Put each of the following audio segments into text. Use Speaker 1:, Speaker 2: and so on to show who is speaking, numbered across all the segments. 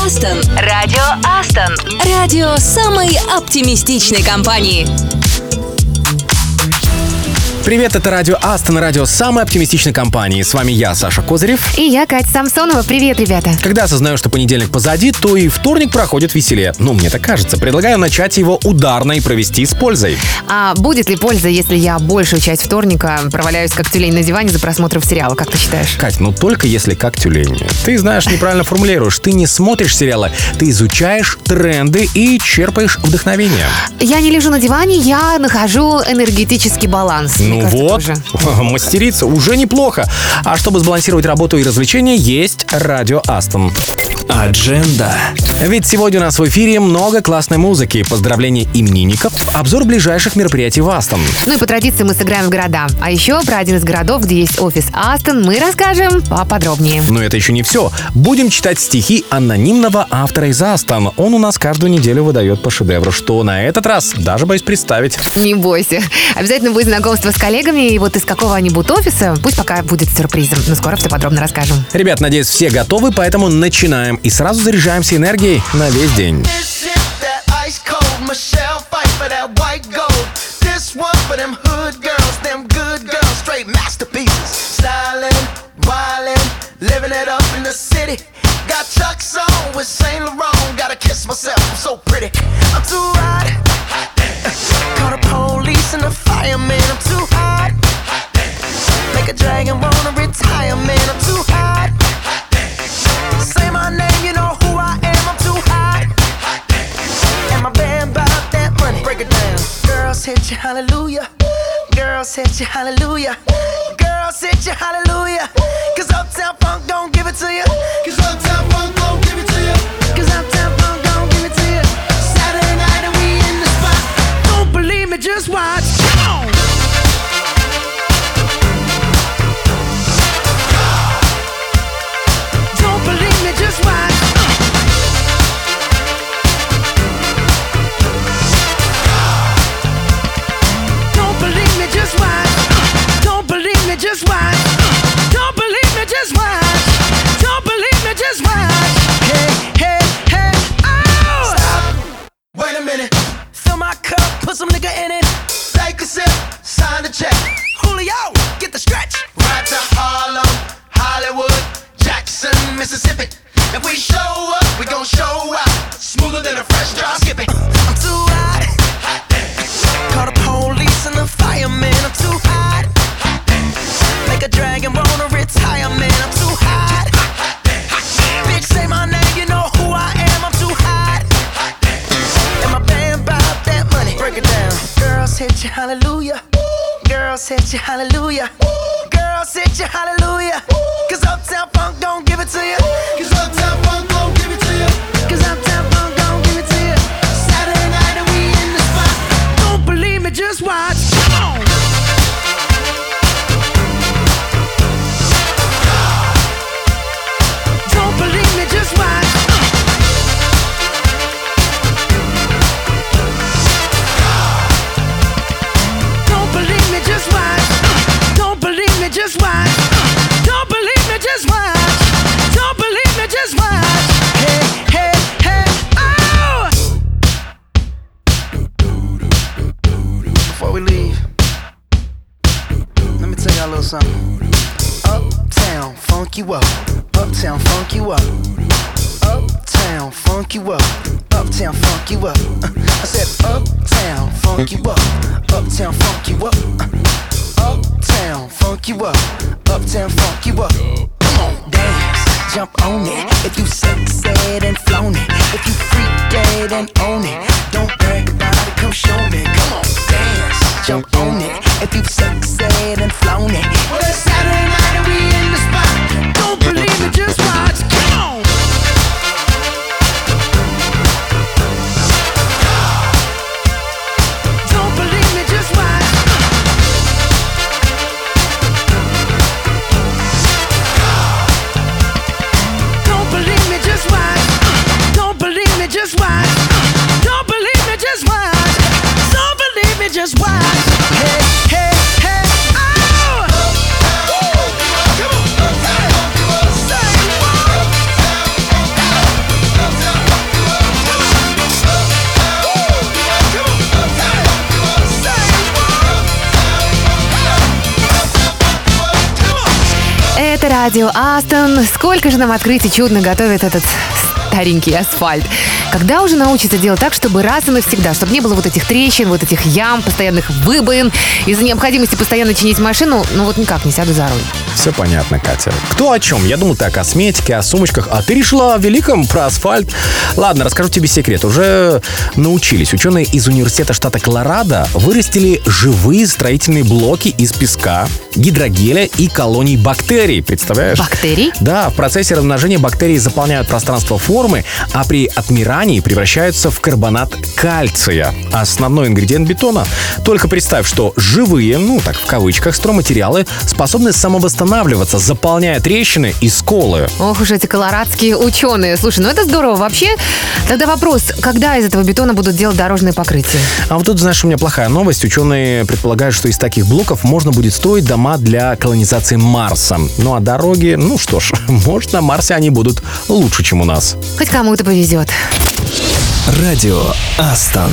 Speaker 1: Астон. Радио Астон. Радио самой оптимистичной компании.
Speaker 2: Привет, это радио Астон, радио самой оптимистичной компании. С вами я, Саша Козырев.
Speaker 3: И я, Катя Самсонова. Привет, ребята.
Speaker 2: Когда осознаю, что понедельник позади, то и вторник проходит веселее. Ну, мне так кажется. Предлагаю начать его ударно и провести с пользой.
Speaker 3: А будет ли польза, если я большую часть вторника проваляюсь как тюлень на диване за просмотром сериала? Как ты считаешь?
Speaker 2: Кать, ну только если как тюлень. Ты, знаешь, неправильно формулируешь. Ты не смотришь сериалы, ты изучаешь тренды и черпаешь вдохновение.
Speaker 3: Я не лежу на диване, я нахожу энергетический баланс.
Speaker 2: Ну вот, мастерица, уже неплохо. А чтобы сбалансировать работу и развлечения, есть радио Астон. Адженда. Ведь сегодня у нас в эфире много классной музыки, поздравления именинников, обзор ближайших мероприятий в Астон.
Speaker 3: Ну и по традиции мы сыграем в города. А еще про один из городов, где есть офис Астон, мы расскажем поподробнее.
Speaker 2: Но это еще не все. Будем читать стихи анонимного автора из Астон. Он у нас каждую неделю выдает по шедевру, что на этот раз даже боюсь представить.
Speaker 3: Не бойся. Обязательно будет знакомство с коллегами, и вот из какого они будут офиса, пусть пока будет сюрпризом. Но скоро все подробно расскажем.
Speaker 2: Ребят, надеюсь, все готовы, поэтому начинаем. И сразу заряжаемся энергией на весь день.
Speaker 4: Make a dragon wanna retire, man, I'm too hot. Say my name, you know who I am, I'm too hot. And my band bought that money, break it down. Girls hit you, hallelujah. Girls hit you, hallelujah. Girls hit you, hallelujah. Cause Uptown Funk don't give it to you. Cause Uptown Funk don't give it to you. Cause Uptown Funk don't give it to you. Saturday night and we in the spot. Don't believe me, just watch. Come on. Just watch. Don't believe me, just watch. Don't believe me, just watch. Don't believe me, just watch. Don't believe me, just watch. Hey, hey, hey, oh! Stop. Wait a minute. Fill my cup, put some nigga in it. Take a sip, sign the check. Julio, get the stretch. Right to Harlem, Hollywood, Jackson, Mississippi. If we show up, we gon' show out. Smoother than a fresh drop. Skip it. I'm too hot. Call the police and the fireman. I'm too hot. Make a dragon wanna retire, man. I'm too hot. Bitch, say my name, you know who I am. I'm too hot. And my band bought that money. Break it down. Girls hit you, hallelujah. Girls hit you, hallelujah. Girls hit you, hallelujah. Cause Uptown Funk don't give it to you. Cause Uptown Funk don't give it to you. Cause Uptown Funk don't give it to you. Saturday night and we in the spot. Don't believe me, just watch. Come on. Don't believe me, just watch. Don't believe me, just watch. Don't believe me, just watch. Don't believe me, just watch. Don't believe me, just watch. Hey, hey, hey, oh! Before we leave, let me tell y'all a little something. Uptown, funk you up. Uptown, funk you up. Uptown, funk you up. Uptown, funk you up. I said uptown, funk you up. Uptown, funk you up. Uptown, funk you up. Uptown, funk you up. Come on, dance, jump on it. If you sexed and flown it. If you freak dead and own it. Don't brag about it, come show me. Come on, dance, jump on it. If you sexed and flown it. Well, it's Saturday night and we in the spot. Don't believe it, just watch. Come on. Don't believe me, just watch. Don't believe me, just watch. Don't believe me, just watch. Don't believe me, just watch. Don't believe me, just watch. Hey, hey, hey, oh!
Speaker 3: Это радио Астон. Сколько же нам открытий чудно готовит этот старенький асфальт. Когда уже научиться делать так, чтобы раз и навсегда, чтобы не было вот этих трещин, вот этих ям, постоянных выбоин, из-за необходимости постоянно чинить машину, ну вот никак не сяду за руль.
Speaker 2: Все понятно, Катя. Кто о чем? Я думал, ты о косметике, о сумочках, а ты решила о великом про асфальт. Ладно, расскажу тебе секрет. Уже научились. Ученые из университета штата Колорадо вырастили живые строительные блоки из песка, гидрогеля и колоний бактерий. Представляешь?
Speaker 3: Бактерий?
Speaker 2: Да, в процессе размножения бактерии заполняют пространство формы, а при отмирании превращаются в карбонат кальция. Основной ингредиент бетона. Только представь, что живые, ну так в кавычках, стройматериалы способны самовосстанавливаться, заполняя трещины и сколы.
Speaker 3: Ох уж эти колорадские ученые. Слушай, ну это здорово. Вообще, тогда вопрос, когда из этого бетона будут делать дорожные покрытия?
Speaker 2: А вот тут, знаешь, у меня плохая новость. Ученые предполагают, что из таких блоков можно будет строить дома для колонизации Марса. Ну а дороги, ну что ж, может, на Марсе они будут лучше, чем у нас.
Speaker 3: Хоть кому-то повезет.
Speaker 5: Радио Астон.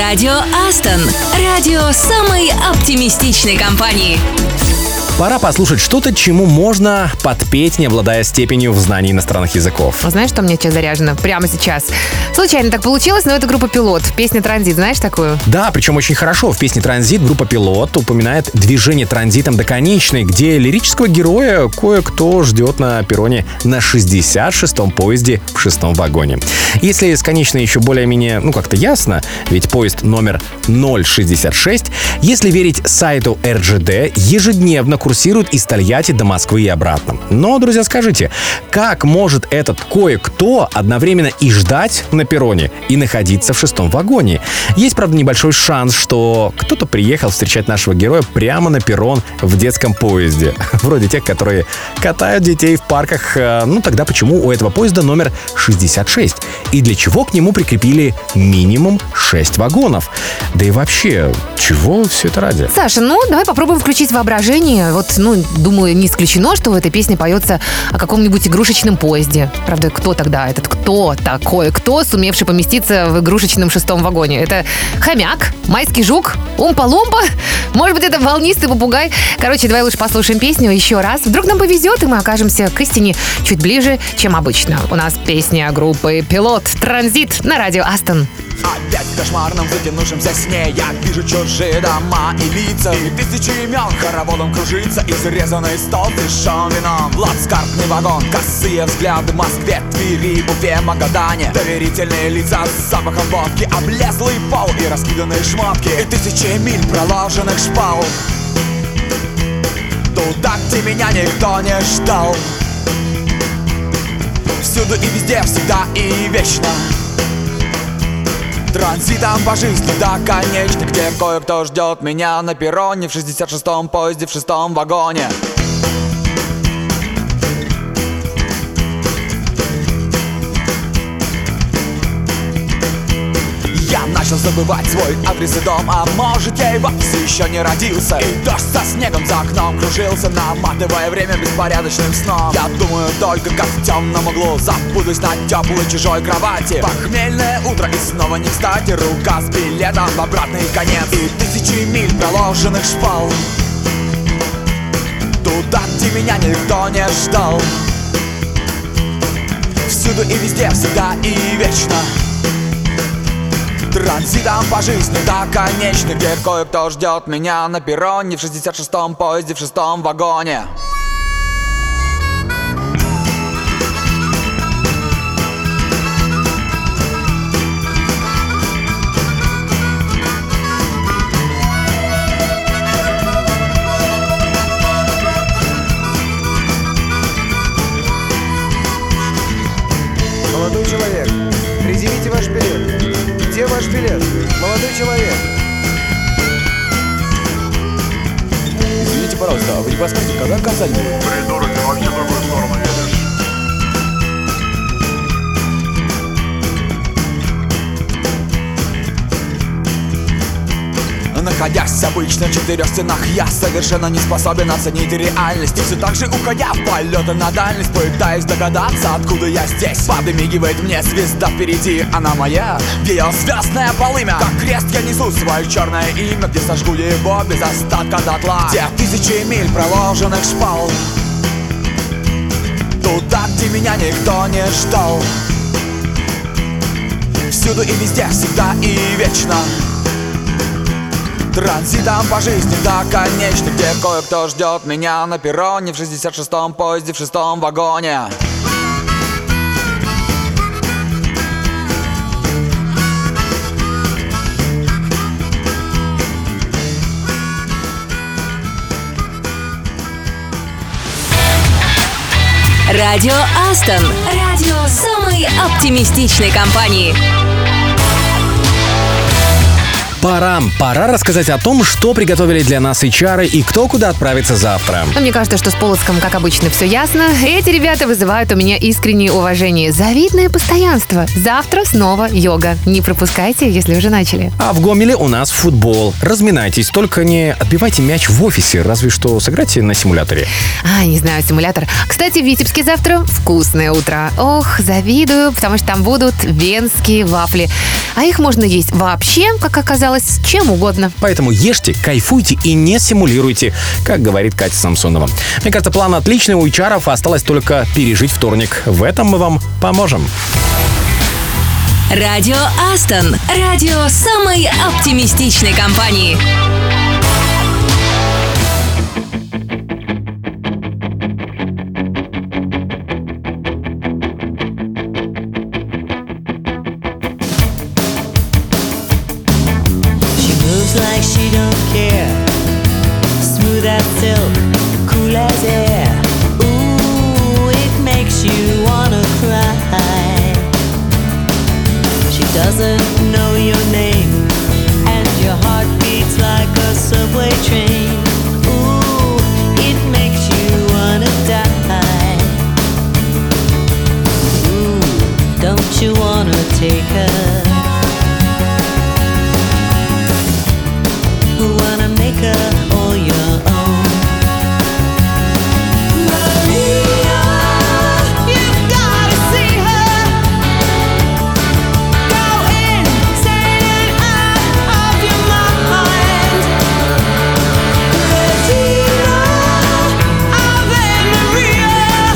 Speaker 1: Радио Астон. Радио самой оптимистичной компании.
Speaker 2: Пора послушать что-то, чему можно подпеть, не обладая степенью в знании иностранных языков.
Speaker 3: Знаешь, что у меня сейчас заряжено? Прямо сейчас. Случайно так получилось, но это группа «Пилот». Песня «Транзит». Знаешь такую?
Speaker 2: Да, причем очень хорошо. В песне «Транзит» группа «Пилот» упоминает движение транзитом до конечной, где лирического героя кое-кто ждет на перроне на 66-м поезде в 6-м вагоне. Если с конечной еще более-менее, как-то ясно, ведь поезд номер 066, если верить сайту РЖД, ежедневно курсирует из Тольятти до Москвы и обратно. Но, друзья, скажите, как может этот кое-кто одновременно и ждать на перроне, и находиться в 6-м вагоне? Есть, правда, небольшой шанс, что кто-то приехал встречать нашего героя прямо на перрон в детском поезде. Вроде тех, которые катают детей в парках. Тогда почему у этого поезда номер 66? И для чего к нему прикрепили минимум 6 вагонов? Да и вообще, чего все это ради?
Speaker 3: Саша, давай попробуем включить воображение. Думаю, не исключено, что в этой песне поется о каком-нибудь игрушечном поезде. Правда, кто тогда? Кто такой? Кто, сумевший поместиться в игрушечном 6-м вагоне? Это хомяк? Майский жук? Умпа-лумпа? Может быть, это волнистый попугай? Короче, давай лучше послушаем песню еще раз. Вдруг нам повезет, и мы окажемся к истине чуть ближе, чем обычно. У нас песня группы «Пилот», «Транзит» на радио Астон.
Speaker 6: Опять в кошмарном затянувшемся сне я вижу чужие дома и лица, и тысячи имен хороводом кружится изрезанный стол с дешевым вином. Плацкартный вагон, косые взгляды в Москве, Твери, Уфе, Магадане. Доверительные лица с запахом водки, облезлый пол и раскиданные шмотки, и тысячи миль проложенных шпал туда, где меня никто не ждал. Всюду и везде, всегда и вечно, транзитом по жизни до конечной, где кое-кто ждет меня на перроне в 66-м поезде в 6-м вагоне. Я начал забывать свой адрес и дом, а может я и вовсе еще не родился. И дождь со снегом за окном кружился, наматывая время беспорядочным сном. Я думаю только, как в темном углу забудусь на теплой чужой кровати. Похмельное утро и снова не кстати рука с билетом в обратный конец, и тысячи миль проложенных шпал туда, где меня никто не ждал. Всюду и везде, всегда и вечно, транзитом по жизни до конечной, где кое-кто ждет меня на перроне в 66-м поезде в 6-м вагоне.
Speaker 7: Молодой человек, предъявите ваш билет. Где ваш билет? Молодой человек.
Speaker 6: Извините, пожалуйста, а вы не подскажете, когда Казань?
Speaker 8: Придурок, ты вообще в другую сторону едешь.
Speaker 6: Находясь обычно в 4 стенах, я совершенно не способен оценить реальность. И все так же, уходя в полеты на дальность, пытаюсь догадаться, откуда я здесь. Подмигивает мне звезда впереди, она моя, ее звездное полымя. Как крест я несу свое черное имя, где сожгу его без остатка дотла, где тысячи миль проложенных шпал туда, где меня никто не ждал. Всюду и везде, всегда и вечно, транзитом по жизни до конечной, где кое-кто ждет меня на перроне в 66-м поезде в 6-м вагоне.
Speaker 1: Радио Астон. Радио самой оптимистичной компании.
Speaker 2: Пора рассказать о том, что приготовили для нас HR и кто куда отправится завтра.
Speaker 3: Но мне кажется, что с Полоцком, как обычно, все ясно. Эти ребята вызывают у меня искреннее уважение. Завидное постоянство. Завтра снова йога. Не пропускайте, если уже начали.
Speaker 2: А в Гомеле у нас футбол. Разминайтесь, только не отбивайте мяч в офисе, разве что сыграйте на симуляторе.
Speaker 3: Не знаю, симулятор. Кстати, в Витебске завтра вкусное утро. Ох, завидую, потому что там будут венские вафли. А их можно есть вообще, как оказалось, с чем угодно.
Speaker 2: Поэтому ешьте, кайфуйте и не симулируйте, как говорит Катя Самсонова. Мне кажется, план отличный у HR-ов, осталось только пережить вторник. В этом мы вам поможем.
Speaker 1: Радио Астон. Радио самой оптимистичной компании.
Speaker 9: Like she don't care, smooth as silk, cool as air. Ooh, it makes you wanna cry. She doesn't know your name, and your heart beats like a subway train. Ooh, it makes you wanna die. Ooh, don't you wanna take her? Wanna make her all your own. Maria, you've gotta see her. Go insane and out of your mind. Regina, Ave Maria.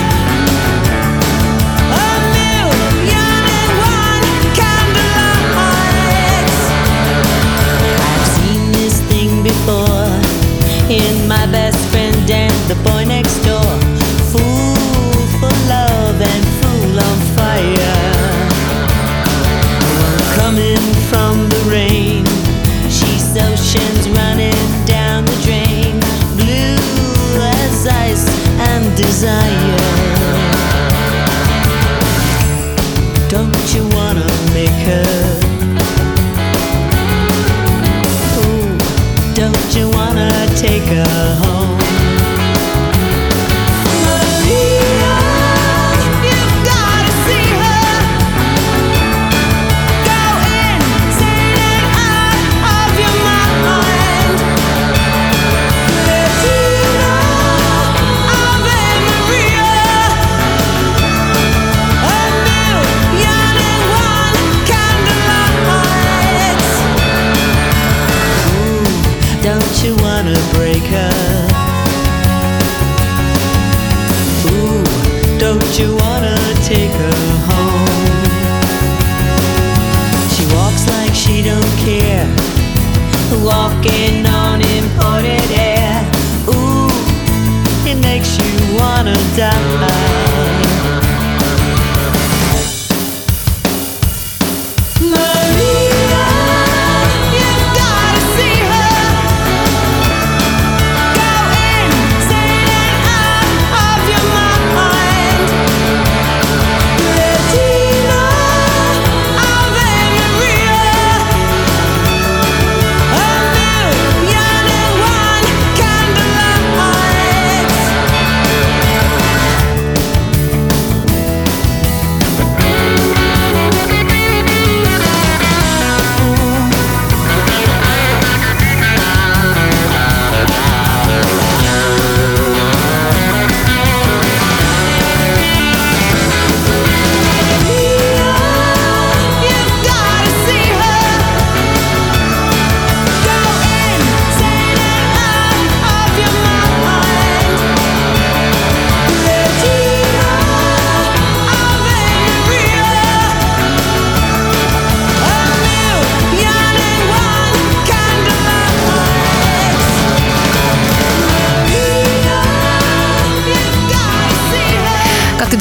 Speaker 9: A million and one candlelights. I've seen this before in My Best Friend and the Boy Next Door. Fool for love and fool on fire. One coming from the rain. She's oceans running down the drain. Blue as ice and desire. Don't you wanna make her? Don't you wanna take her home? Maria, you've gotta see her. Go insane and out of your mind. Regina, Ave Maria. A million and one candlelights. Don't you wanna break her? Ooh, don't you wanna take her home? She walks like she don't care, walking on imported air. Ooh, it makes you wanna die.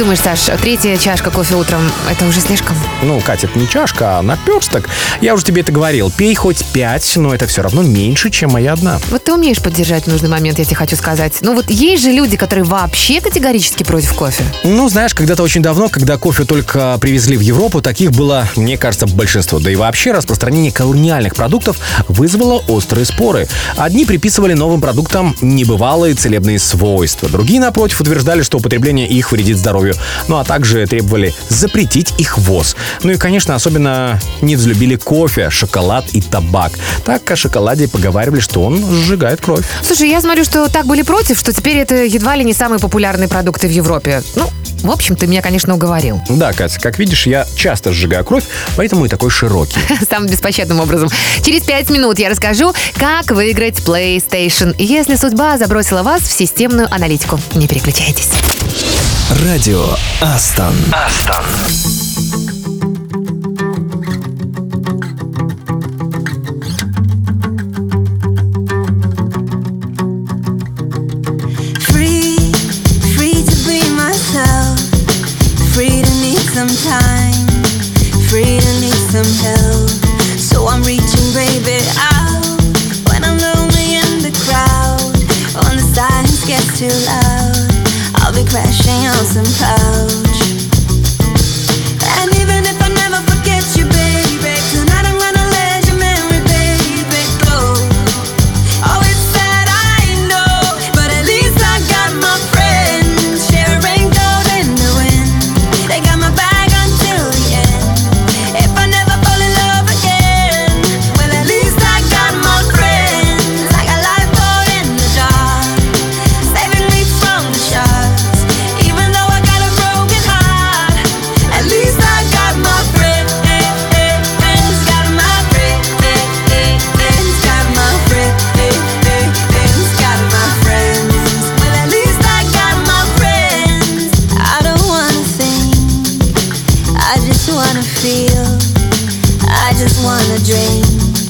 Speaker 3: думаешь, Саш, 3-я чашка кофе утром – это уже слишком?
Speaker 2: Ну, Катя, это не чашка, а наперсток. Я уже тебе это говорил. Пей хоть 5, но это все равно меньше, чем моя одна.
Speaker 3: Вот ты умеешь поддержать в нужный момент, я тебе хочу сказать. Ну вот есть же люди, которые вообще категорически против кофе.
Speaker 2: Ну, знаешь, когда-то очень давно, когда кофе только привезли в Европу, таких было, мне кажется, большинство. Да и вообще распространение колониальных продуктов вызвало острые споры. Одни приписывали новым продуктам небывалые целебные свойства. Другие, напротив, утверждали, что употребление их вредит здоровью. Ну, а также требовали запретить их ввоз. Ну и, конечно, особенно не взлюбили кофе, шоколад и табак. Так о шоколаде поговаривали, что он сжигает кровь.
Speaker 3: Слушай, я смотрю, что так были против, что теперь это едва ли не самые популярные продукты в Европе. Ну, в общем, ты меня, конечно, уговорил.
Speaker 2: Да, Катя, как видишь, я часто сжигаю кровь, поэтому и такой широкий.
Speaker 3: Самым беспощадным образом. Через 5 минут я расскажу, как выиграть PlayStation, если судьба забросила вас в системную аналитику. Не переключайтесь.
Speaker 5: Радио Астон.
Speaker 10: Free to be myself. Free to need some time. Free to need some help. So I'm reaching, baby, out when I'm lonely in the crowd. When the silence gets too loud, I'll be crashing on some couch. And even if I never forget you, baby, tonight I'm gonna let your memory, baby, go. Oh, it's sad, I know, but at least I got my friends. Sharing gold in the wind, they got my back until the end. If I never fall in love again, well, at least I got my friends. Like a lifeboat in the dark, saving me from the sharks. Even though I got a broken heart, at least I got my friends. Got my friends. Got my friends. Got my friends. Well, at least I got my friends. I don't wanna think, I just wanna feel, I just wanna dream.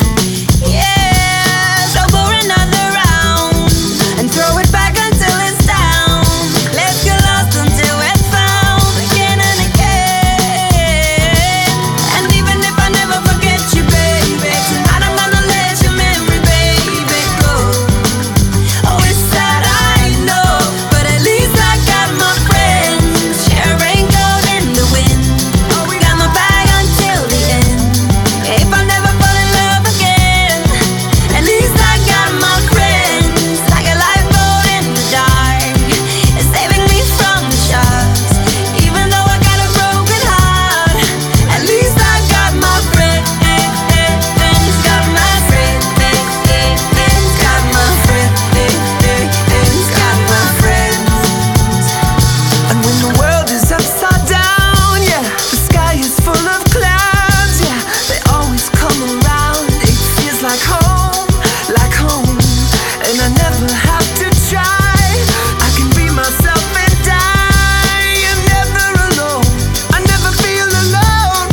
Speaker 10: Yeah, so pour another round and throw it back until it's down. Let's get lost until we're found again and again. And even if I never forget you, baby, tonight I'm gonna let your memory, baby, go. Oh, it's sad, I know, but at least I got my friends. Sharing gold in the wind, oh, we got my back until the end. If I never fall in love again, at least I got my friends. Like a lifeboat in the dark, it's saving me from the sharks. Even though I got a broken heart, at least I got my friends. Got my friends. Got my friends. Got my friends.
Speaker 4: And when the world is upside down, yeah, the sky is full of clouds, yeah, they always come around. It feels like home, and I never have to try. I can be myself and die. I'm never alone, I never feel alone.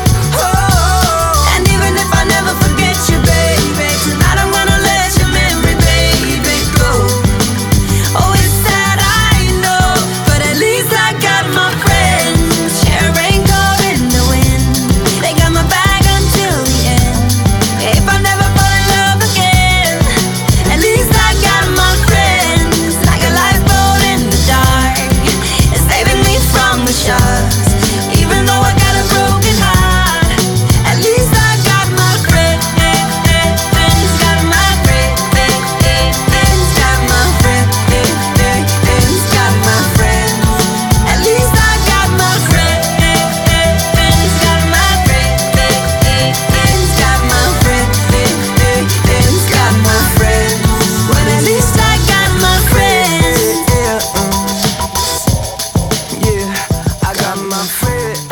Speaker 4: Oh.
Speaker 10: And even if I never forget you, baby, tonight I'm gonna let your memory, baby, go. Oh, it's sad, I know, but at least I got my friends. Sharing gold in the wind, they got my back until the end. If I never fall in love again, at least I got my friends. Like a lifeboat in the dark, it's saving me from the sharks. Even though I got a broken heart, at least I got my friends. Got my friends. Got my friends. Got my friends. At least I got my friends. Got my friends. Got my friends. Got my friends. Well, at least I got my friends.
Speaker 4: Yeah, I got my friends.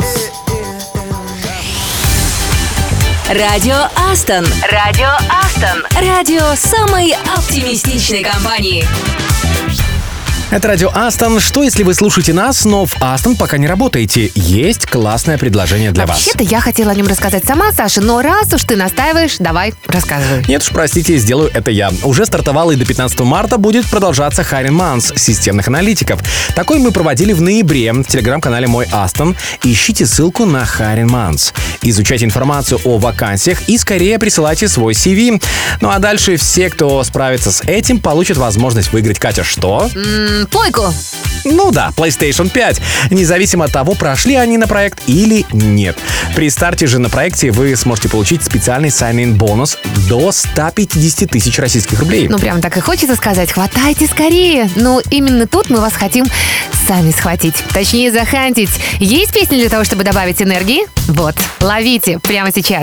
Speaker 1: Радио Астон. Радио Астон. Радио самой оптимистичной компании.
Speaker 2: Это радио Астон. Что, если вы слушаете нас, но в Астон пока не работаете? Есть классное предложение для вас.
Speaker 3: Вообще-то я хотела о нем рассказать сама, Саша, но раз уж ты настаиваешь, давай, рассказывай.
Speaker 2: Нет уж, простите, сделаю это я. Уже стартовал и до 15 марта будет продолжаться Hiring Month системных аналитиков. Такой мы проводили в ноябре в телеграм-канале «Мой Астон». Ищите ссылку на Hiring Month. Изучайте информацию о вакансиях и скорее присылайте свой CV. Ну а дальше все, кто справится с этим, получат возможность выиграть, Катя, что?
Speaker 3: Плойку.
Speaker 2: Ну да, PlayStation 5. Независимо от того, прошли они на проект или нет. При старте же на проекте вы сможете получить специальный sign-in бонус до 150 тысяч российских рублей.
Speaker 3: Ну, прям так и хочется сказать, хватайте скорее. Но именно тут мы вас хотим сами схватить. Точнее, захантить. Есть песни для того, чтобы добавить энергии? Вот, ловите прямо сейчас.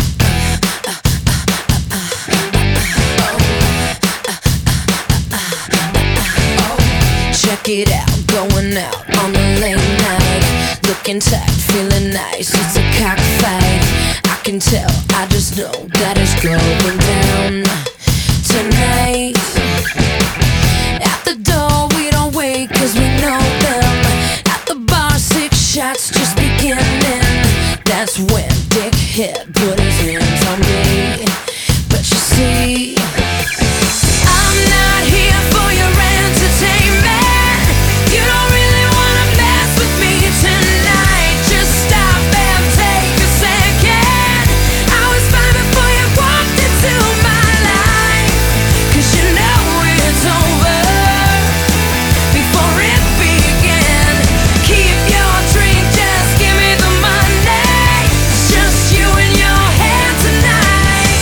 Speaker 11: Check it out, going out on a late night. Looking tight, feeling nice, it's a cockfight. I can tell, I just know that it's going down tonight. At the door, we don't wait cause we know them. At the bar, 6 shots just beginning. That's when Dickhead put his hands on me. But you see, I'm not here for your entertainment. You don't really wanna mess with me tonight. Just stop and take a second. I was fine before you walked into my life. Cause you know it's over before it began. Keep your drink, just give me the money. It's just you and your hand tonight.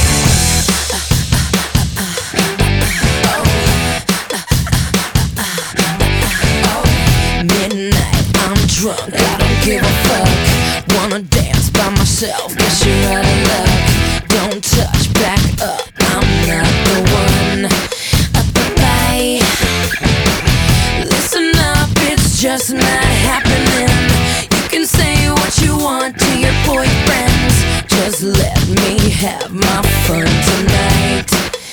Speaker 11: Midnight, I'm drunk, I don't give a fuck. Wanna dance by myself, guess you're out of luck. Don't touch, back up, I'm not the one. Bye. Listen up, it's just not happening. You can say what you want to your boyfriends. Just let me have my fun tonight.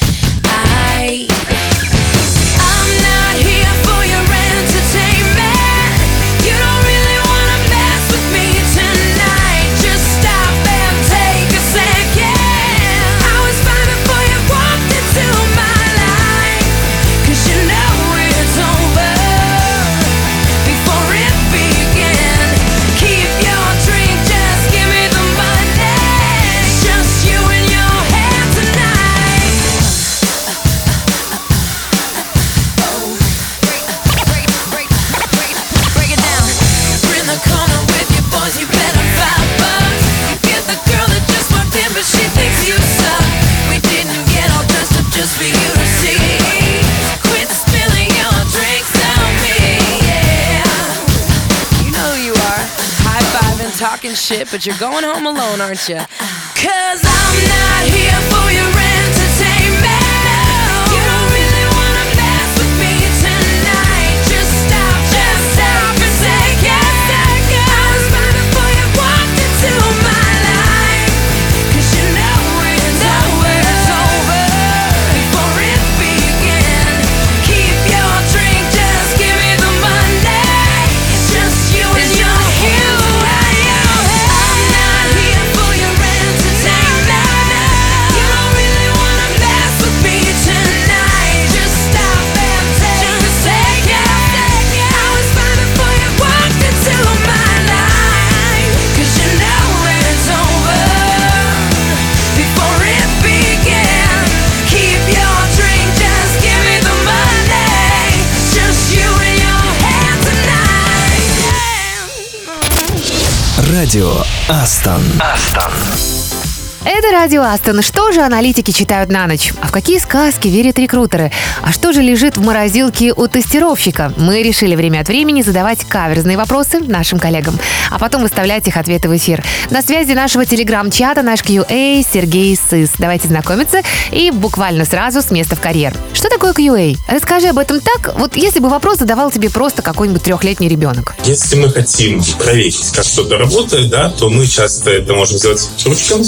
Speaker 11: I'm not here for your entertainment. You don't really wanna mess with me tonight. Just stop and take a second. I was fine before you walked into my life. Cause you know it's over before it began. Keep your drink, just give me the money. It's just you and your hand tonight. Break it down. We're in the corner with your boys, you better $5. You get the girl that just walked in, but she thinks you suck. We didn't get all dressed up just for you to see. Quit spilling your drinks on me, yeah. You know who you are, high-fiving, talking shit, but you're going home alone, aren't you? Cause I'm not here for your entertainment. You don't really wanna mess with me tonight. Just stop and take a second. I was fine before you walked into my life. Cause you know it's over before it began. Keep your drink, just give me the money. It's just you and your hands. I'm not here for your entertainment. You don't really wanna mess with me tonight. Just stop and take a second. I was fine before you walked into my life. Cause you know it's over before it began. Keep your drink, just give me the money. It's just you and your hand tonight.
Speaker 5: Радио Астон.
Speaker 3: Это радио Астон. Что же аналитики читают на ночь? А в какие сказки верят рекрутеры? А что же лежит в морозилке у тестировщика? Мы решили время от времени задавать каверзные вопросы нашим коллегам, а потом выставлять их ответы в эфир. На связи нашего телеграм-чата наш QA Сергей Сыс. Давайте знакомиться и буквально сразу с места в карьер. Что такое QA? Расскажи об этом так, вот если бы вопрос задавал тебе просто какой-нибудь 3-летний ребенок.
Speaker 12: Если мы хотим проверить, как что-то работает, да, то мы часто это можем сделать ручками своими.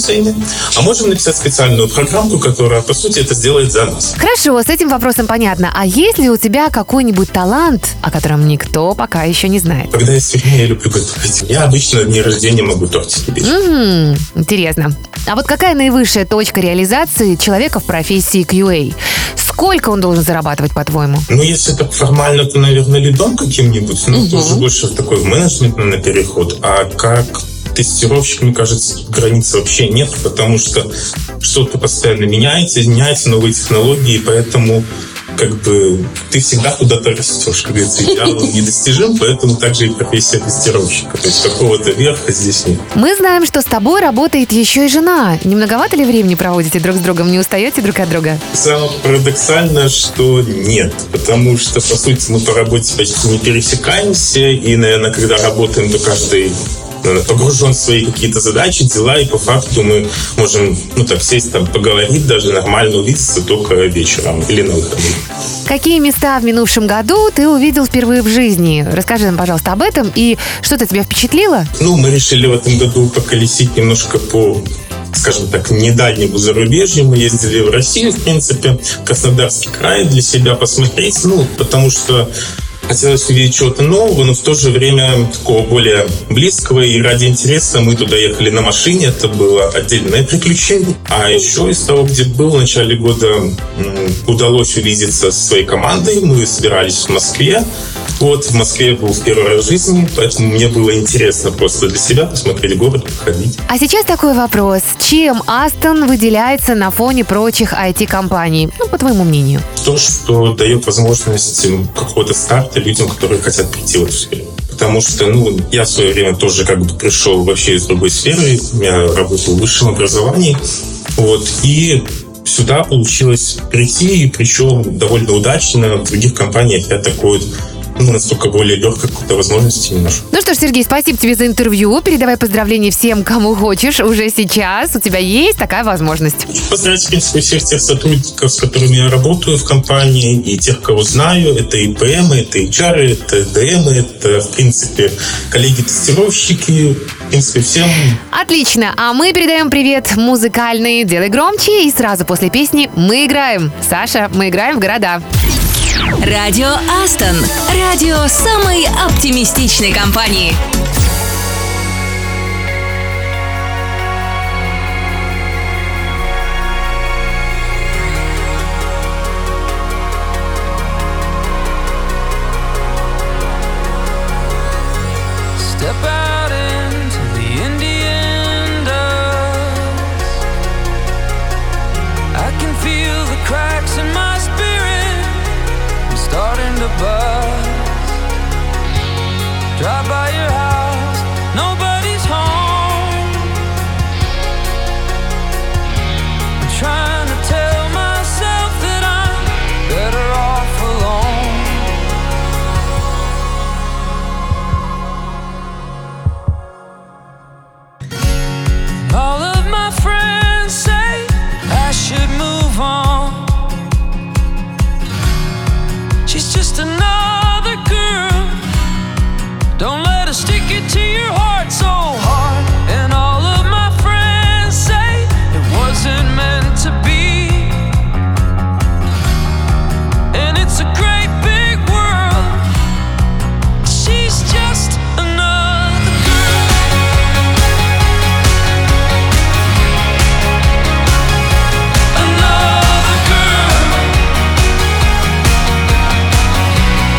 Speaker 12: а можем написать специальную программку, которая, по сути, это сделает за нас.
Speaker 3: Хорошо, с этим вопросом понятно. А есть ли у тебя какой-нибудь талант, о котором никто пока еще не знает?
Speaker 12: Когда я сегодня, я люблю готовить. Я обычно на дне рождения могу тортики печь.
Speaker 3: Интересно. А вот какая наивысшая точка реализации человека в профессии QA? Сколько он должен зарабатывать, по-твоему?
Speaker 12: Ну, если так формально, то, наверное, лидом каким-нибудь. Ну, тоже больше в такой менеджмент на переход. А как тестировщик, мне кажется, границы вообще нет, потому что что-то постоянно меняется, изменяются новые технологии, поэтому как бы ты всегда куда-то растешь. Как говорится, идеал недостижим, поэтому также и профессия тестировщика. То есть какого-то верха здесь нет.
Speaker 3: Мы знаем, что с тобой работает еще и жена. Не многовато ли времени проводите друг с другом? Не устаете друг от друга?
Speaker 12: Самое парадоксальное, что нет. Потому что, по сути, мы по работе почти не пересекаемся. И, наверное, когда работаем, то каждый погружен в свои какие-то задачи, дела, и по факту мы можем, сесть там, поговорить, даже нормально увидеться только вечером или на выходных.
Speaker 3: Какие места в минувшем году ты увидел впервые в жизни? Расскажи нам, пожалуйста, об этом. И что-то тебя впечатлило?
Speaker 12: Мы решили в этом году поколесить немножко по, скажем так, недальнему зарубежью. Мы ездили в Россию, в принципе, Краснодарский край для себя посмотреть, потому что хотелось увидеть чего-то нового, но в то же время такого более близкого. И ради интереса мы туда ехали на машине. Это было отдельное приключение. А еще из того, где был в начале года, удалось увидеться со своей командой. Мы собирались в Москве. В Москве я был в первый раз в жизни, поэтому мне было интересно просто для себя посмотреть город, походить.
Speaker 3: А сейчас такой вопрос. Чем Астон выделяется на фоне прочих IT-компаний? По твоему мнению.
Speaker 12: То, что дает возможность какого-то старта людям, которые хотят прийти в эту сферу. Потому что, я в свое время тоже пришел вообще из другой сферы. Я работал в высшем образовании. И сюда получилось прийти, и причем довольно удачно. В других компаниях я такой настолько более легкой какой-то возможности не ношу.
Speaker 3: Ну что ж, Сергей, спасибо тебе за интервью. Передавай поздравления всем, кому хочешь. Уже сейчас у тебя есть такая возможность.
Speaker 12: Поздравить, в принципе, всех тех сотрудников, с которыми я работаю в компании, и тех, кого знаю. Это и ПМ, это HR, это ДМ, это, в принципе, коллеги-тестировщики. В принципе, всем.
Speaker 3: Отлично. А мы передаем привет музыкальный. Делай громче. И сразу после песни мы играем. Саша, мы играем в города.
Speaker 1: Радио Астон. Радио самой оптимистичной компании.
Speaker 13: Step out into the Indian dust. I can feel the cracks in my spirit. I'm starting to buzz. Drive by your house, nobody's home. I'm trying to tell myself that I'm better off alone. All of my friends say I should move on. She's just another girl. Don't let her stick it to your heart so hard. And all of my friends say it wasn't meant to be. And it's a great big world. She's just another girl. Another girl.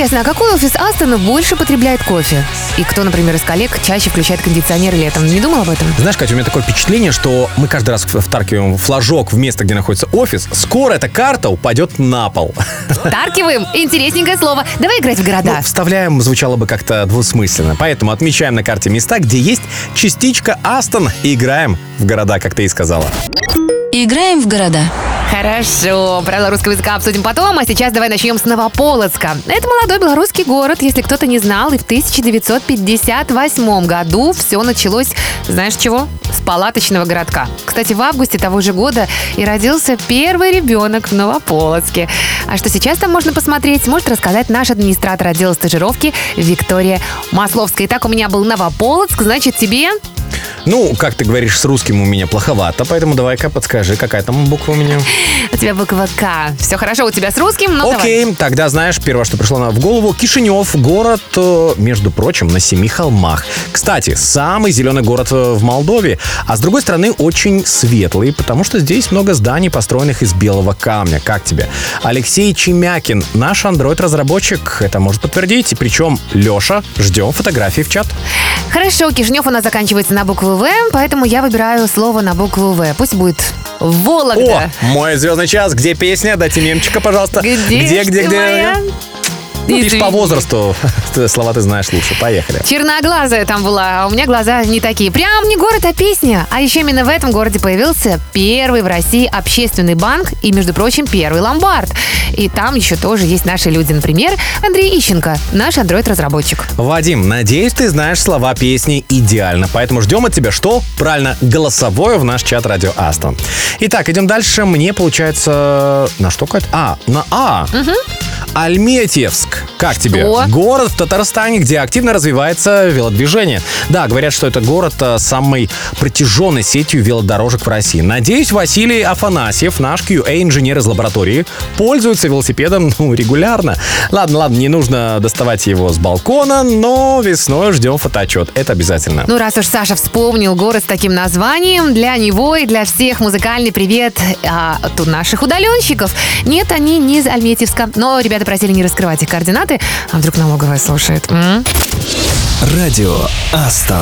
Speaker 3: Интересно, а какой офис Астона больше потребляет кофе? И кто, например, из коллег чаще включает кондиционер летом? Не думал об этом?
Speaker 2: Знаешь, Катя, у меня такое впечатление, что мы каждый раз втаркиваем флажок в место, где находится офис. Скоро эта карта упадет на пол.
Speaker 3: Втаркиваем? Интересненькое слово. Давай играть в города.
Speaker 2: Ну, вставляем звучало бы как-то двусмысленно. Поэтому отмечаем на карте места, где есть частичка Астон, и играем в города, как ты и сказала.
Speaker 1: Играем в города.
Speaker 3: Хорошо, правила русского языка обсудим потом, а сейчас давай начнем с Новополоцка. Это молодой белорусский город, если кто-то не знал, и в 1958 году все началось, знаешь с чего? С палаточного городка. Кстати, в августе того же года и родился первый ребенок в Новополоцке. А что сейчас там можно посмотреть, может рассказать наш администратор отдела стажировки Виктория Масловская. Итак, у меня был Новополоцк, значит, тебе...
Speaker 2: Ну, как ты говоришь, с русским у меня плоховато, поэтому давай-ка подскажи, какая там буква у меня.
Speaker 3: У тебя буква К. Все хорошо у тебя с русским, но
Speaker 2: Окей,
Speaker 3: давай.
Speaker 2: тогда знаешь, первое, что пришло в голову, Кишинев, город, между прочим, на 7 холмах. Кстати, самый зеленый город в Молдове, а с другой стороны, очень светлый, потому что здесь много зданий, построенных из белого камня. Как тебе? Алексей Чемякин, наш андроид-разработчик, это может подтвердить, и причем, Леша, ждем фотографии в чат.
Speaker 3: Хорошо, Кишинев у нас заканчивается на букву В, поэтому я выбираю слово на букву В. Пусть будет Вологда.
Speaker 2: О, мой звездный час, где песня? Дайте мемчика, пожалуйста.
Speaker 3: Где моя?
Speaker 2: Ну, видишь, по возрасту слова ты знаешь лучше. Поехали.
Speaker 3: Черноглазая там была, а у меня глаза не такие. Прям не город, а песня. А еще именно в этом городе появился первый в России общественный банк и, между прочим, первый ломбард. И там еще тоже есть наши люди. Например, Андрей Ищенко, наш андроид-разработчик.
Speaker 2: Вадим, надеюсь, ты знаешь слова песни идеально. Поэтому ждем от тебя что? Правильно, голосовое в наш чат Радио Астон. Итак, идем дальше. Мне получается... На что, Кать? На А.
Speaker 3: Угу.
Speaker 2: Альметьевск. Как тебе?
Speaker 3: Что?
Speaker 2: Город в Татарстане, где активно развивается велодвижение. Да, говорят, что это город с самой протяженной сетью велодорожек в России. Надеюсь, Василий Афанасьев, наш QA-инженер из лаборатории, пользуется велосипедом регулярно. Ладно, не нужно доставать его с балкона, но весной ждем фотоотчет. Это обязательно.
Speaker 3: Ну, раз уж Саша вспомнил город с таким названием, для него и для всех музыкальный привет от наших удаленщиков. Нет, они не из Альметьевска, но ребята просили не раскрывать их координаты, а вдруг налоговая слушает.
Speaker 5: Радио Астон.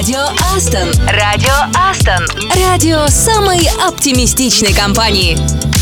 Speaker 1: Радио Астон. Радио Астон. Радио самой оптимистичной компании.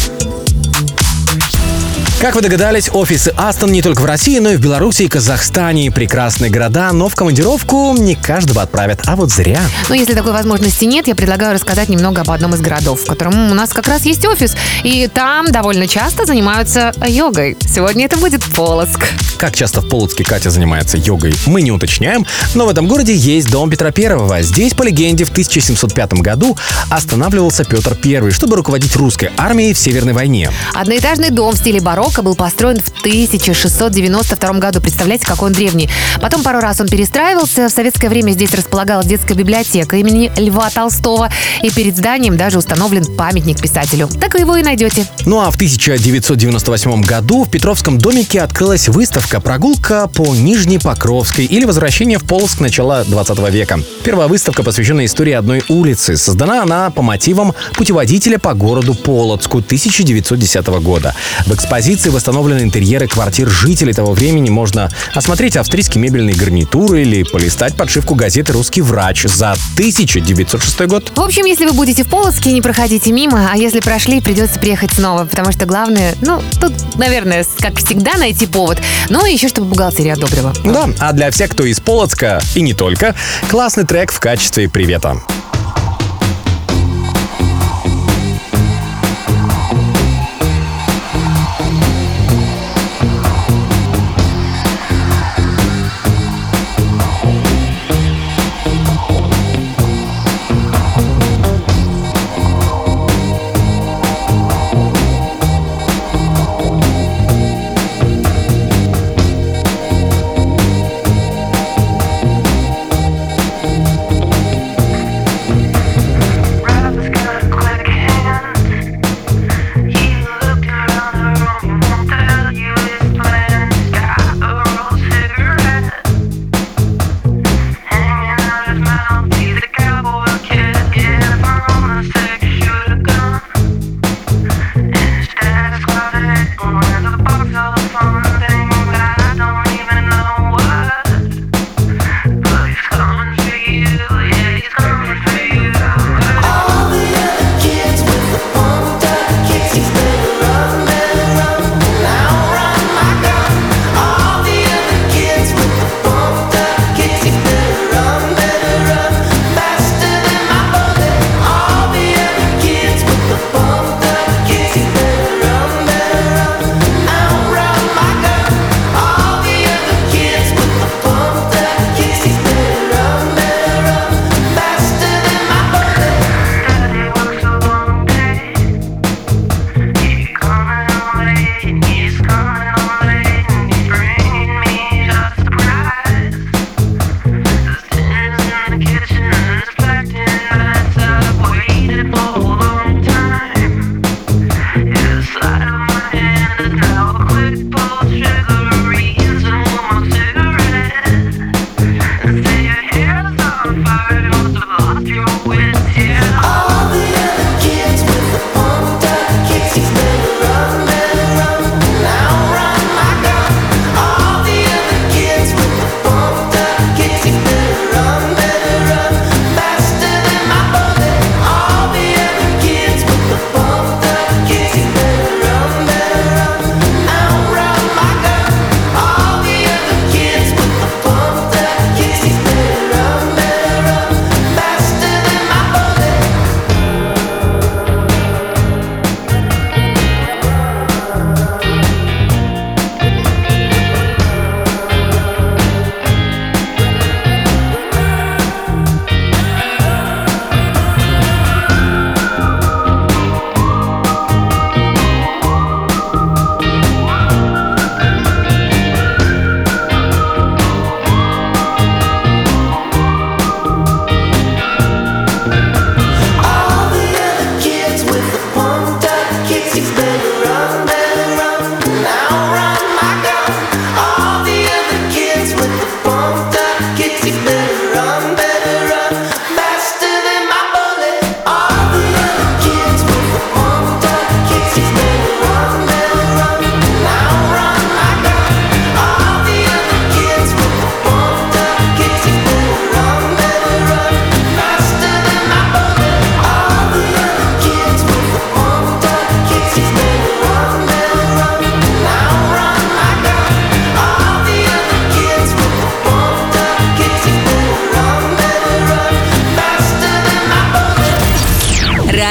Speaker 2: Как вы догадались, офисы Астон не только в России, но и в Беларуси и Казахстане. Прекрасные города, но в командировку не каждого отправят, а вот зря.
Speaker 3: Но если такой возможности нет, я предлагаю рассказать немного об одном из городов, в котором у нас как раз есть офис. И там довольно часто занимаются йогой. Сегодня это будет Полоцк.
Speaker 2: Как часто в Полоцке Катя занимается йогой, мы не уточняем, но в этом городе есть дом Петра I. Здесь, по легенде, в 1705 году останавливался Петр I, чтобы руководить русской армией в Северной войне.
Speaker 3: Одноэтажный дом в стиле барокко был построен в 1692 году. Представляете, какой он древний. Потом пару раз он перестраивался. В советское время здесь располагалась детская библиотека имени Льва Толстого. И перед зданием даже установлен памятник писателю. Так вы его и найдете.
Speaker 2: Ну а в 1998 году в Петровском домике открылась выставка «Прогулка по Нижнепокровской» или «Возвращение в Полоцк начала 20 века». Первая выставка посвящена истории одной улицы. Создана она по мотивам путеводителя по городу Полоцку 1910 года. В экспозиции восстановлены интерьеры квартир жителей того времени. Можно осмотреть австрийские мебельные гарнитуры или полистать подшивку газеты «Русский врач» за 1906 год.
Speaker 3: В общем, если вы будете в Полоцке, не проходите мимо, а если прошли, придется приехать снова, потому что главное, тут, наверное, как всегда, найти повод. Ну и еще, чтобы бухгалтерия одобрила.
Speaker 2: Да, а для всех, кто из Полоцка, и не только, классный трек в качестве привета.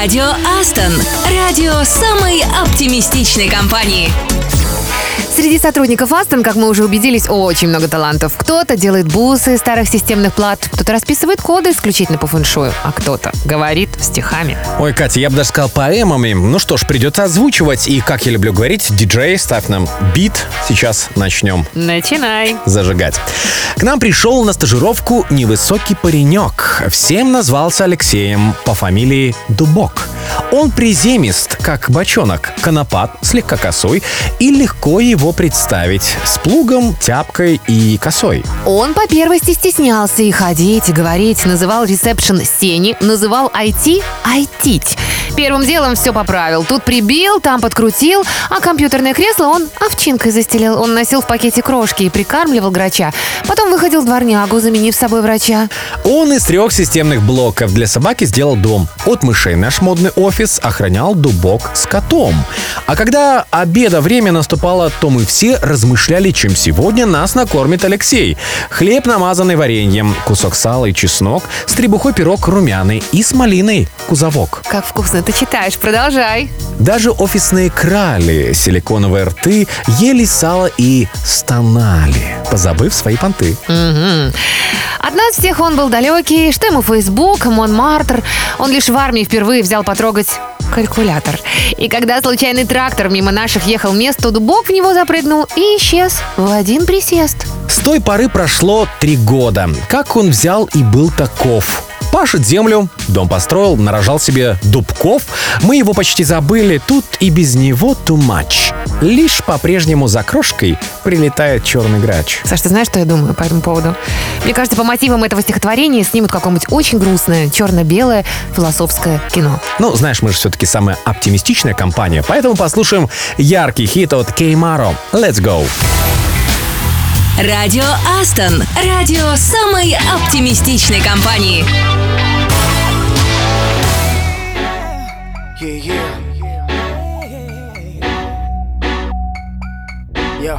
Speaker 1: Радио Астон. Радио самой оптимистичной компании.
Speaker 3: Среди сотрудников Астон, как мы уже убедились, очень много талантов. Кто-то делает бусы из старых системных плат, кто-то расписывает коды исключительно по фэншую, а кто-то говорит стихами.
Speaker 2: Ой, Катя, я бы даже сказал поэмами. Ну что ж, придется озвучивать. И, как я люблю говорить, диджей, ставь нам бит. Сейчас начнем.
Speaker 3: Начинай.
Speaker 2: Зажигать. К нам пришел на стажировку невысокий паренек. Всем назвался Алексеем по фамилии Дубок. Он приземист, как бочонок, конопат, слегка косой, и легко его представить с плугом, тяпкой и косой.
Speaker 3: Он по первости стеснялся и ходить, и говорить, называл ресепшн Сени, называл IT айтить. Первым делом все поправил. Тут прибил, там подкрутил, а компьютерное кресло он овчинкой застелил. Он носил в пакете крошки и прикармливал грача. Потом выходил в дворнягу, заменив собой врача.
Speaker 2: Он из 3 системных блоков для собаки сделал дом. От мышей наш модный офис охранял Дубок с котом. А когда обеда время наступало, то мы все размышляли, чем сегодня нас накормит Алексей. Хлеб, намазанный вареньем, кусок сала и чеснок, с требухой пирог румяный и с малиной кузовок.
Speaker 3: Как вкусно ты читаешь, продолжай.
Speaker 2: Даже офисные крали, силиконовые рты, ели сало и стонали, позабыв свои понты.
Speaker 3: Угу. От нас всех он был далекий, что ему Фейсбук, Монмартр. Он лишь в армии впервые взял потрогать калькулятор. И когда случайный трактор мимо наших ехал мест, то Дубок в него запрыгнул и исчез в один присест.
Speaker 2: С той поры прошло 3 года. Как он взял и был таков? Пашет землю, дом построил, нарожал себе дубков. Мы его почти забыли, тут и без него too much. Лишь по-прежнему за крошкой прилетает черный грач.
Speaker 3: Саш, ты знаешь, что я думаю по этому поводу? Мне кажется, по мотивам этого стихотворения снимут какое-нибудь очень грустное, черно-белое философское кино.
Speaker 2: Ну, знаешь, мы же все-таки самая оптимистичная компания, поэтому послушаем яркий хит от Кеймаро. Let's go!
Speaker 1: Радио Астон. Радио самой оптимистичной компании.
Speaker 7: Yeah.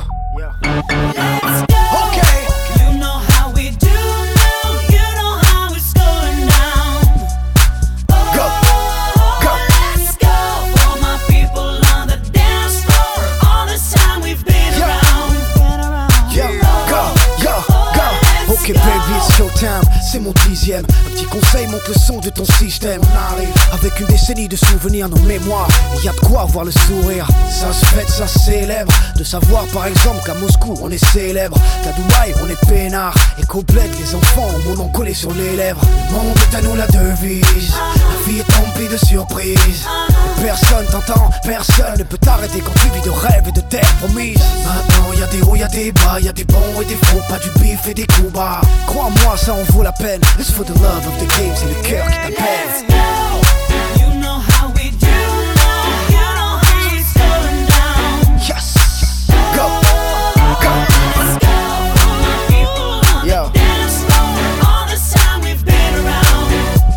Speaker 7: Ok baby, it's showtime, c'est mon 10e. Un petit conseil, monte le son de ton système. On arrive avec une décennie de souvenirs, nos mémoires. Et y a de quoi voir le sourire. Ça se fête, ça se célèbre. De savoir par exemple qu'à Moscou on est célèbre, qu'à Dubaï on est peinard, et qu'au bled les enfants ont mon nom collé sur les lèvres. Le monde est à nous la devise. La vie est remplie de surprises. Et personne t'entend, personne ne peut t'arrêter quand tu vis de rêves et de terres promises. Maintenant y a des hauts, y a des bas, y a des bons et des faux, pas du bif et des coups bas. Crois-moi, ça en vaut la peine. It's for the love of the game, c'est le cœur qui t'appelle. You know how we do now. You know how it's going down. Yes. Go. Go. Let's go. All my people on the dance floor. All the time we've been around.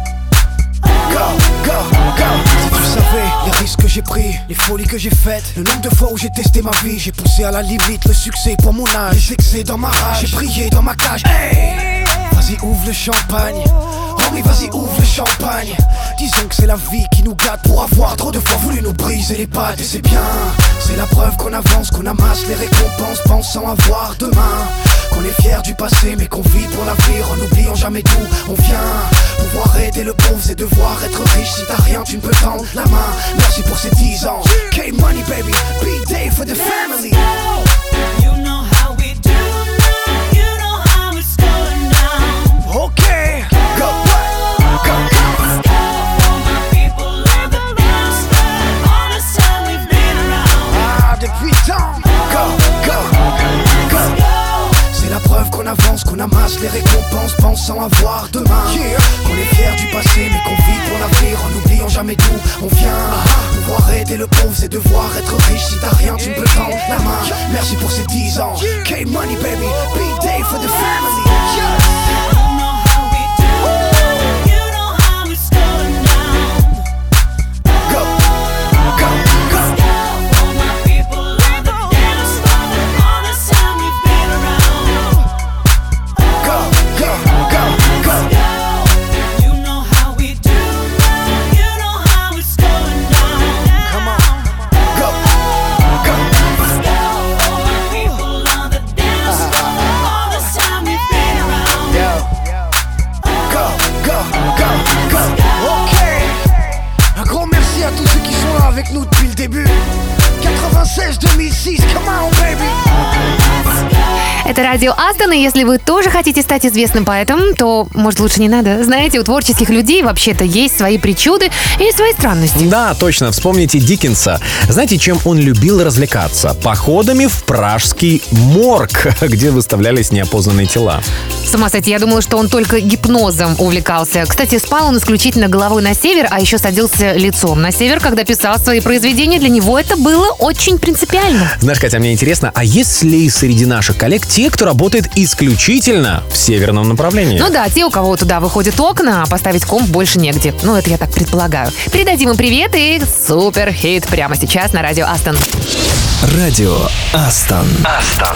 Speaker 7: Go. Go. Go. Si tu savais les risques que j'ai pris, les folies que j'ai faites, le nombre de fois où j'ai testé ma vie, j'ai poussé à la limite le succès pour mon âge, les excès dans ma rage, j'ai prié dans ma cage. Hey, vas-y ouvre le champagne, oh oui vas-y ouvre le champagne. Disons que c'est la vie qui nous gâte pour avoir trop de fois voulu nous briser les pattes. Et c'est bien, c'est la preuve qu'on avance, qu'on amasse les récompenses pensant avoir demain. Qu'on est fier du passé mais qu'on vit pour l'avenir en n'oubliant jamais d'où on vient. Pouvoir aider le pauvre c'est devoir être riche. Si t'as rien tu ne peux tendre la main. Merci pour ces 10 ans. K-Money baby, big day for the family. You know how we do now. You know how it's going down. Okay, go, go, go. Let's go. All my people on the dance floor. All the time we've been around. Ah, depuis tant. Go, go, go. C'est la preuve qu'on avance, qu'on amasse les récompenses pensant avoir demain. Qu'on est fier du passé mais qu'on vit pour l'avenir en n'oubliant jamais d'où on vient. Pouvoir aider le pauvre c'est devoir être riche. Si t'as rien tu ne peux tendre la main. Merci pour ces 10 ans. K-Money baby, big day for the family. avec nous depuis le début. 96-2006, come on, baby.
Speaker 3: Это радио Астон, и если вы тоже хотите стать известным поэтом, то, может, лучше не надо. Знаете, у творческих людей вообще-то есть свои причуды и свои странности.
Speaker 2: Да, точно. Вспомните Диккенса. Знаете, чем он любил развлекаться? Походами в пражский морг, где выставлялись неопознанные тела.
Speaker 3: С ума сойти, я думала, что он только гипнозом увлекался. Кстати, спал он исключительно головой на север, а еще садился лицом на север, когда писал свои произведения. Для него это было очень принципиально.
Speaker 2: Знаешь, Катя, мне интересно, а есть ли среди наших коллег те, кто работает исключительно в северном направлении?
Speaker 3: Ну да, те, у кого туда выходят окна, а поставить комп больше негде. Ну, это я так предполагаю. Передадим им привет и супер хит прямо сейчас на радио Астон.
Speaker 5: Радио Астон.
Speaker 14: Астон.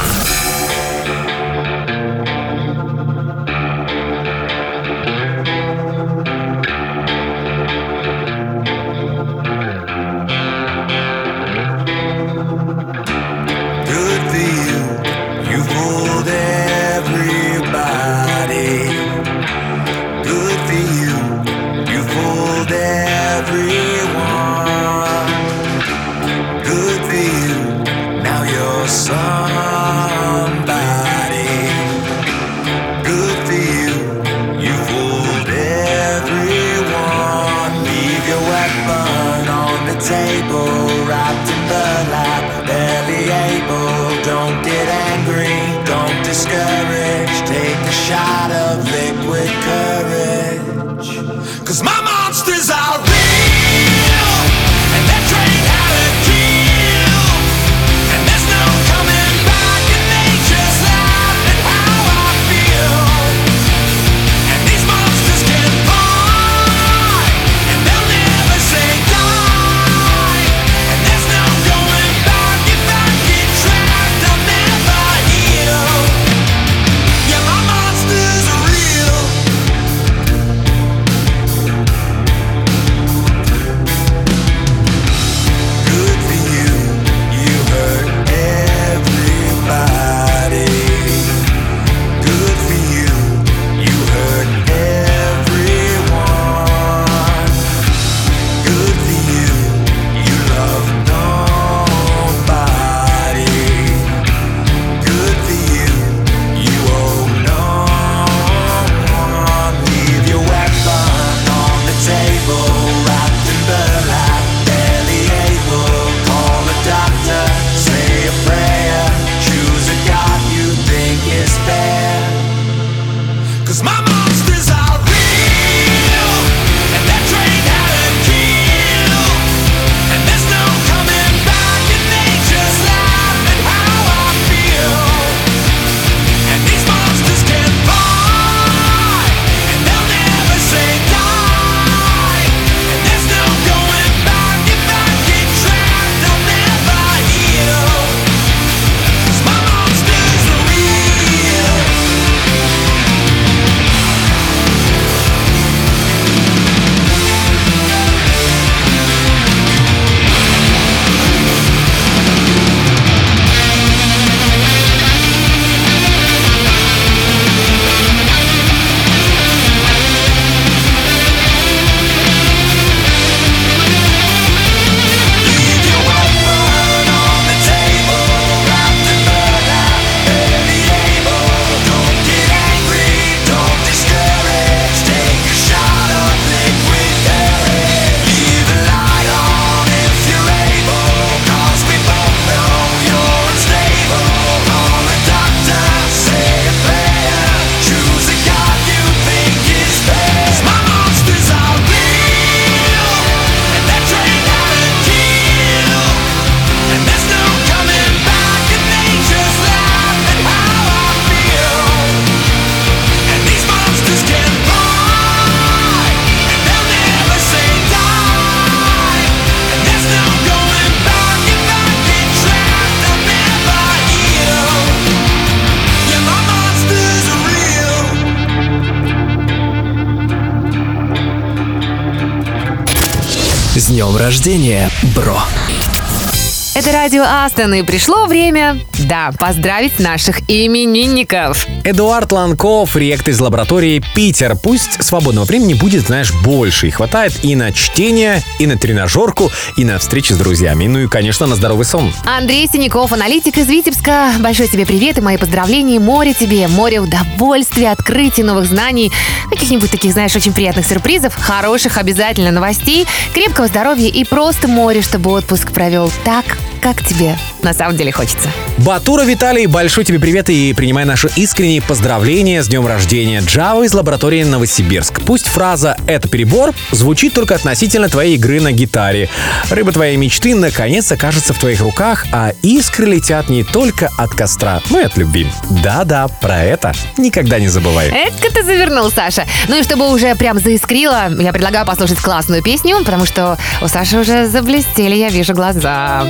Speaker 5: С днем рождения, бро!
Speaker 3: Это радио Астон, и пришло время, поздравить наших именинников.
Speaker 2: Эдуард Ланков, ректор из лаборатории Питер. Пусть свободного времени будет, больше. И хватает и на чтение, и на тренажерку, и на встречи с друзьями. Ну и, конечно, на здоровый сон.
Speaker 3: Андрей Синяков, аналитик из Витебска. Большой тебе привет и мои поздравления. Море тебе, море удовольствия, открытий, новых знаний, каких-нибудь таких, очень приятных сюрпризов, хороших обязательно новостей, крепкого здоровья и просто море, чтобы отпуск провел так, как тебе на самом деле хочется.
Speaker 2: Батура Виталий, большой тебе привет и принимай наши искренние поздравления с днем рождения. Джава из лаборатории Новосибирск. Пусть фраза «это перебор» звучит только относительно твоей игры на гитаре. Рыба твоей мечты наконец окажется в твоих руках, а искры летят не только от костра, но и от любви. Да-да, про это никогда не забывай.
Speaker 3: Эка ты завернул, Саша. Ну и чтобы уже прям заискрило, я предлагаю послушать классную песню, потому что у Саши уже заблестели, я вижу, глаза.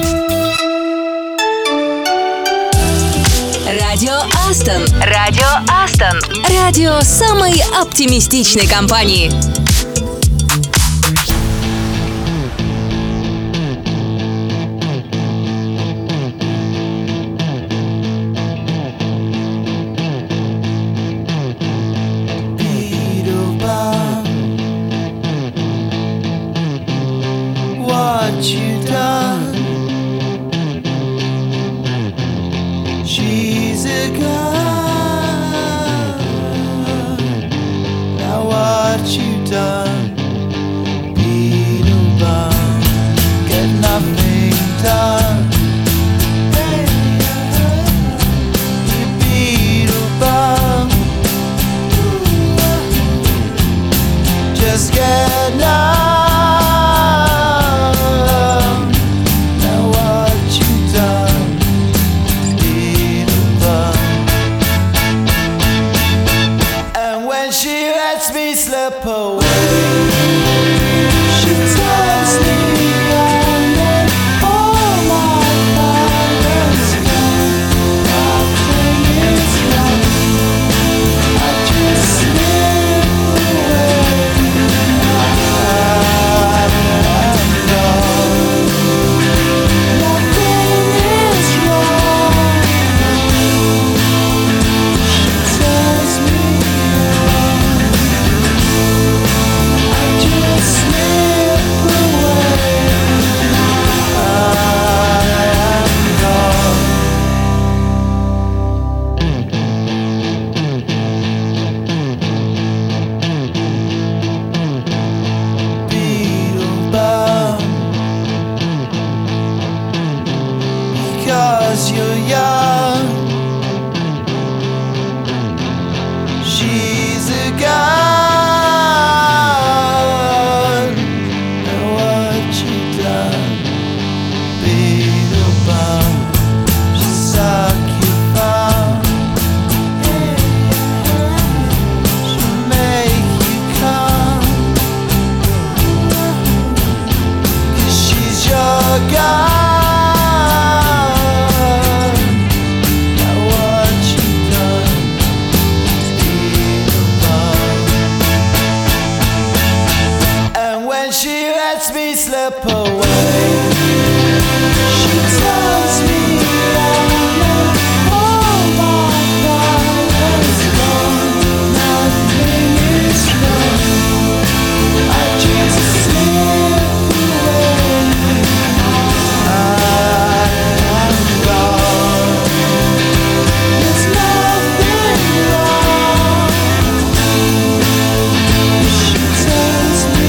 Speaker 1: Радио Астон. Радио Астон. Радио самой оптимистичной компании.
Speaker 14: What you done? She's a gun. Now what you done? Beat 'em bum, get nothing done. You beat 'em bum, just get numb. Slip away. She tells me I'm in all my violence gone. Nothing is right. I just slip away. I'm gone. Nothing is wrong. She tells me you're young. She's a gun. And what you done? Beat 'em bum. She suck you fun. She'll make you come. 'Cause she's your gun. Slip away. She tells me I'm in all my violence gone. Nothing is wrong. I just slip away. I am gone. There's nothing wrong. She tells me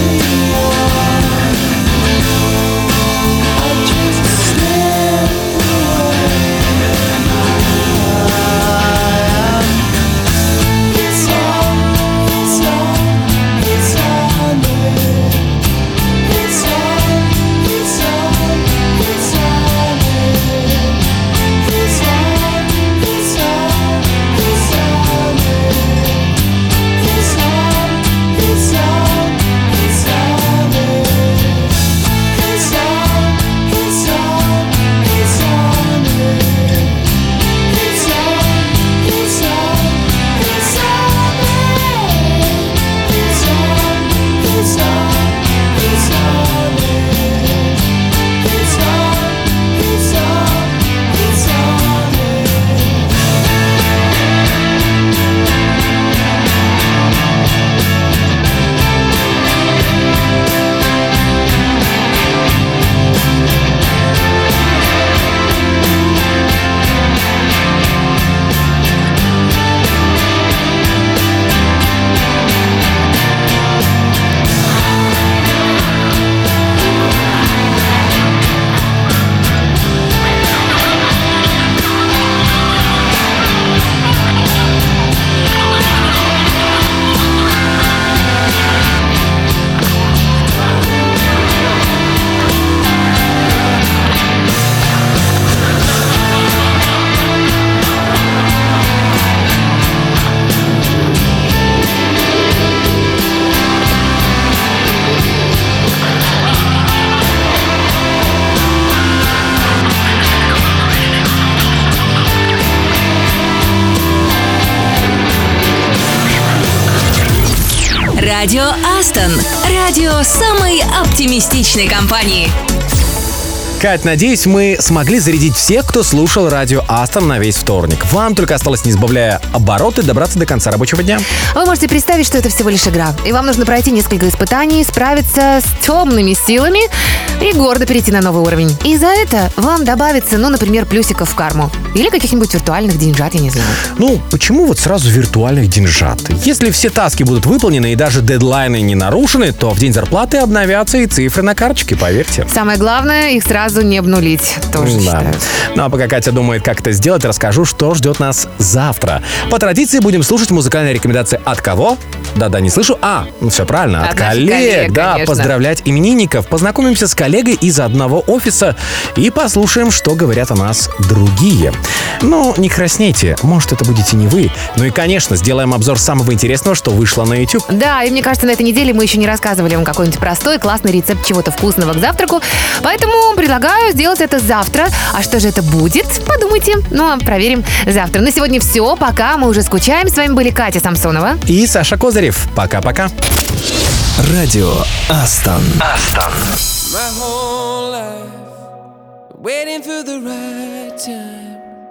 Speaker 1: Радио Астон. Радио самой оптимистичной компании.
Speaker 2: Кать, надеюсь, мы смогли зарядить всех, кто слушал радио Астон на весь вторник. Вам только осталось, не сбавляя обороты, добраться до конца рабочего дня.
Speaker 3: Вы можете представить, что это всего лишь игра. И вам нужно пройти несколько испытаний, справиться с темными силами и гордо перейти на новый уровень. И за это вам добавится, например, плюсиков в карму. Или каких-нибудь виртуальных деньжат, я не знаю.
Speaker 2: Почему вот сразу виртуальных деньжат? Если все таски будут выполнены и даже дедлайны не нарушены, то в день зарплаты обновятся и цифры на карточке, поверьте.
Speaker 3: Самое главное, их сразу не обнулить, тоже считаю.
Speaker 2: Ну а пока Катя думает, как это сделать, расскажу, что ждет нас завтра. По традиции будем слушать музыкальные рекомендации от кого? Да-да, не слышу. Все правильно, от коллег. Да,
Speaker 3: конечно.
Speaker 2: поздравлять именинников. Познакомимся с коллегой из одного офиса и послушаем, что говорят о нас другие. Не краснейте, может, это будете не вы. Ну и, конечно, сделаем обзор самого интересного, что вышло на YouTube.
Speaker 3: Да, и мне кажется, на этой неделе мы еще не рассказывали вам какой-нибудь простой, классный рецепт чего-то вкусного к завтраку. Поэтому предлагаю сделать это завтра. А что же это будет? Подумайте. А проверим завтра. На сегодня все. Пока. Мы уже скучаем. С вами были Катя Самсонова
Speaker 2: и Саша Козырев. Пока-пока.
Speaker 5: Радио Астон.
Speaker 14: My whole life waiting for the right time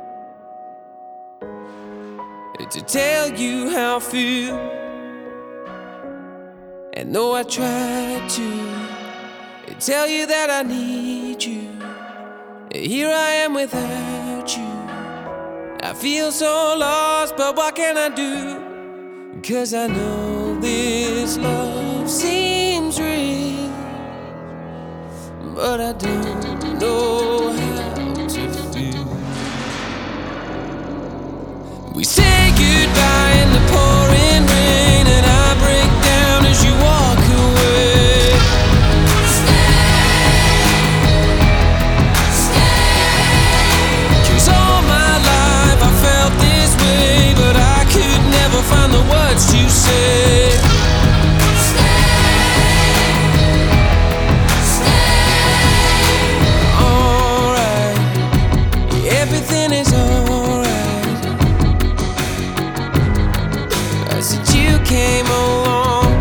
Speaker 14: to tell you how I feel. And though I tried to tell you that I need you, here I am without you. I feel so lost, but what can I do? 'Cause I know this love seems real, but I don't know how to feel. We say goodbye in the pouring rain, and I break down as you walk away. Stay. 'Cause all my life I felt this way, but I could never find the words to say. Came along,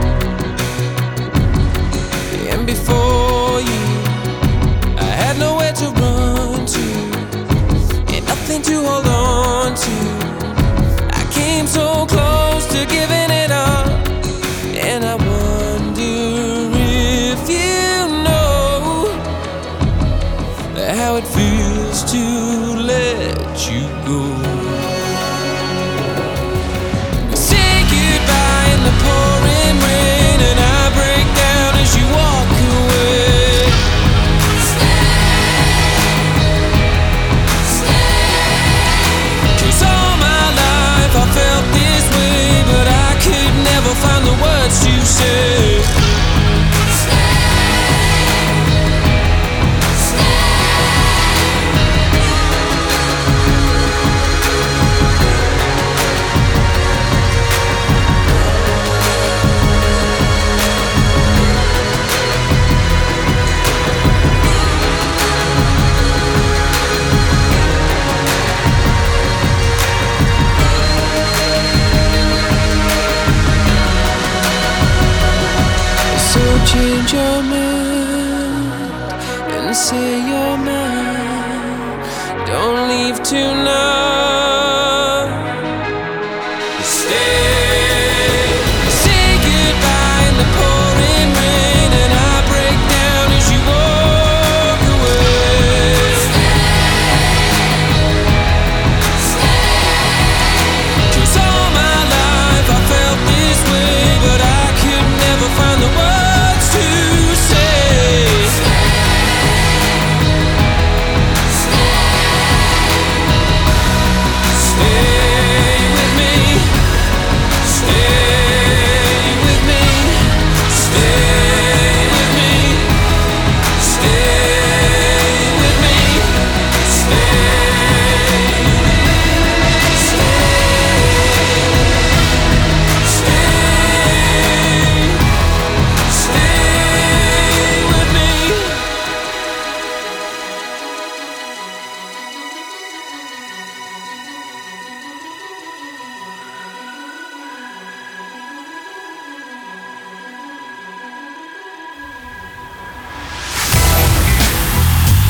Speaker 14: and before you I had nowhere to run to and nothing to hold on to. I came so close to giving it up, and I wonder if you know how it feels to let you go. Pouring rain, and I break down as you walk away. Stay. 'Cause all my life I felt this way, but I could never find the words to say. Change your mind and say you're mine. Don't leave tonight. Stay. Say goodbye in the pouring rain, and I break down as you walk away. Stay. 'Cause all my life I felt this way, but I could never find the words to say.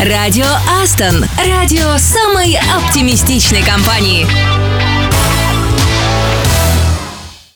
Speaker 1: Радио Астон. Радио самой оптимистичной компании.